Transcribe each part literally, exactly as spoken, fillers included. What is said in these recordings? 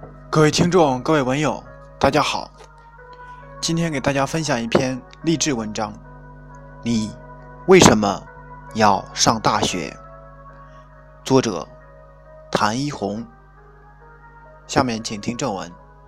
各位听众，各位文友，大家好。今天给大家分享一篇励志文章。你为什么要上大学？作者谭一红。下面请听正文。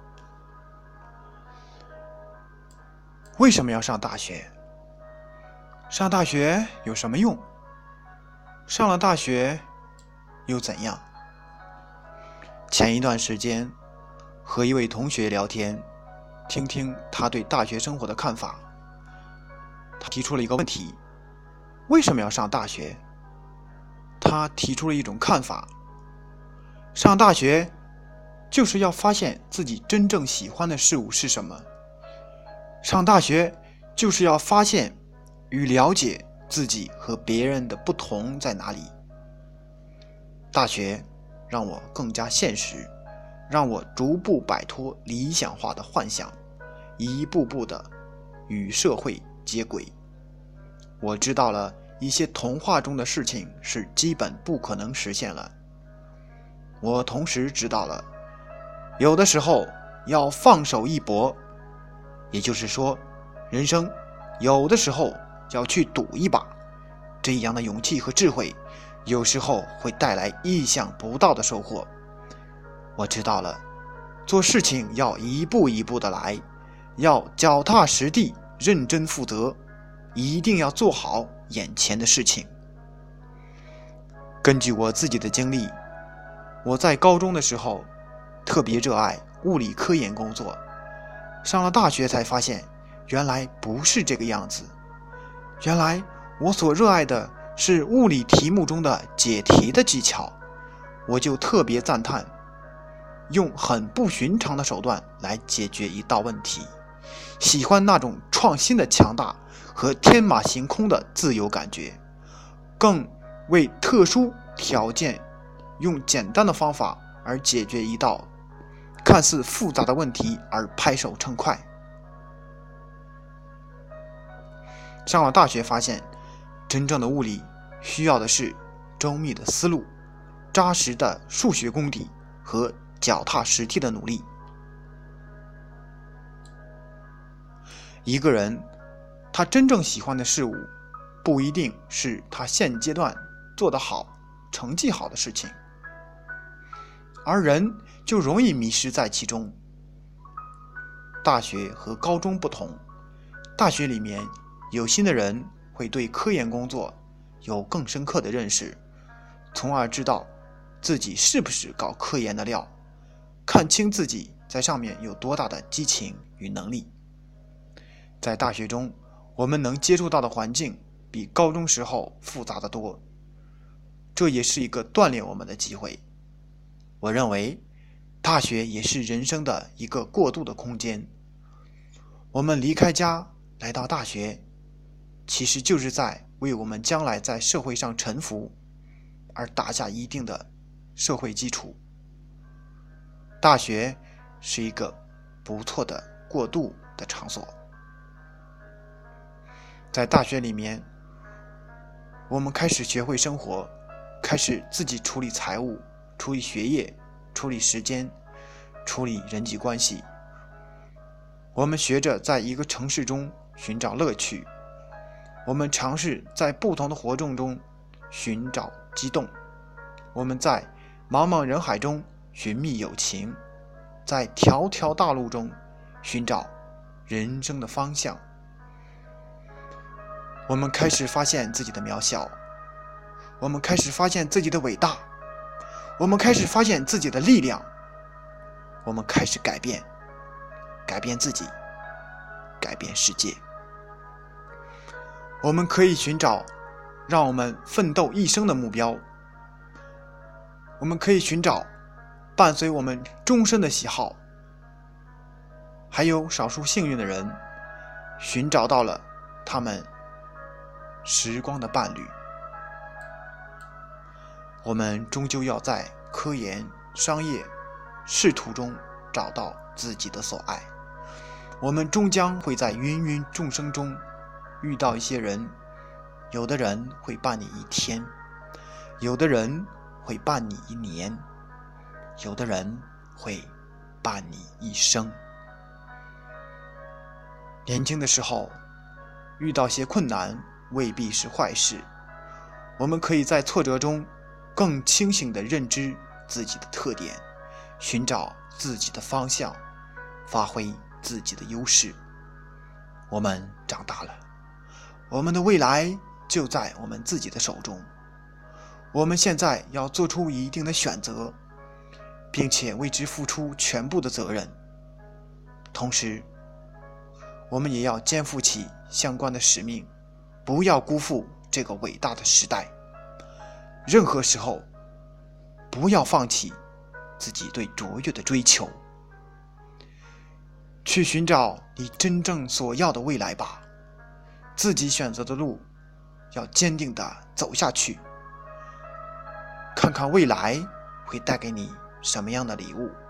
为什么要上大学？上大学有什么用？上了大学又怎样？前一段时间和一位同学聊天，听听他对大学生活的看法。他提出了一个问题：为什么要上大学？他提出了一种看法：上大学就是要发现自己真正喜欢的事物是什么，上大学就是要发现与了解自己和别人的不同在哪里。大学让我更加现实，让我逐步摆脱理想化的幻想，一步步的与社会接轨。我知道了一些童话中的事情是基本不可能实现了。我同时知道了，有的时候要放手一搏，也就是说，人生有的时候要去赌一把，这样的勇气和智慧有时候会带来意想不到的收获。我知道了，做事情要一步一步的来，要脚踏实地，认真负责，一定要做好眼前的事情。根据我自己的经历，我在高中的时候特别热爱物理科研工作，上了大学才发现原来不是这个样子。原来我所热爱的是物理题目中的解题的技巧，我就特别赞叹用很不寻常的手段来解决一道问题，喜欢那种创新的强大和天马行空的自由感觉，更为特殊条件用简单的方法而解决一道看似复杂的问题而拍手称快。上了大学发现，真正的物理需要的是周密的思路、扎实的数学功底和脚踏实地的努力。一个人他真正喜欢的事物，不一定是他现阶段做得好、成绩好的事情，而人就容易迷失在其中。大学和高中不同，大学里面有心的人会对科研工作有更深刻的认识，从而知道自己是不是搞科研的料，看清自己在上面有多大的激情与能力。在大学中，我们能接触到的环境比高中时候复杂得多，这也是一个锻炼我们的机会。我认为大学也是人生的一个过渡的空间。我们离开家来到大学，其实就是在为我们将来在社会上沉浮而打下一定的社会基础。大学是一个不错的过渡的场所。在大学里面，我们开始学会生活，开始自己处理财务、处理学业、处理时间、处理人际关系。我们学着在一个城市中寻找乐趣，我们尝试在不同的活动中寻找激动，我们在茫茫人海中寻觅友情，在条条大路中寻找人生的方向。我们开始发现自己的渺小，我们开始发现自己的伟大，我们开始发现自己的力量，我们开始改变，改变自己，改变世界。我们可以寻找让我们奋斗一生的目标，我们可以寻找伴随我们终身的喜好，还有少数幸运的人寻找到了他们时光的伴侣。我们终究要在科研、商业、仕途中找到自己的所爱。我们终将会在芸芸众生中遇到一些人，有的人会伴你一天，有的人会伴你一年，有的人会伴你一生。年轻的时候遇到些困难未必是坏事，我们可以在挫折中更清醒地认知自己的特点，寻找自己的方向，发挥自己的优势。我们长大了，我们的未来就在我们自己的手中。我们现在要做出一定的选择，并且为之付出全部的责任。同时，我们也要肩负起相关的使命，不要辜负这个伟大的时代。任何时候，不要放弃自己对卓越的追求，去寻找你真正所要的未来吧。自己选择的路，要坚定地走下去，看看未来会带给你什么样的礼物。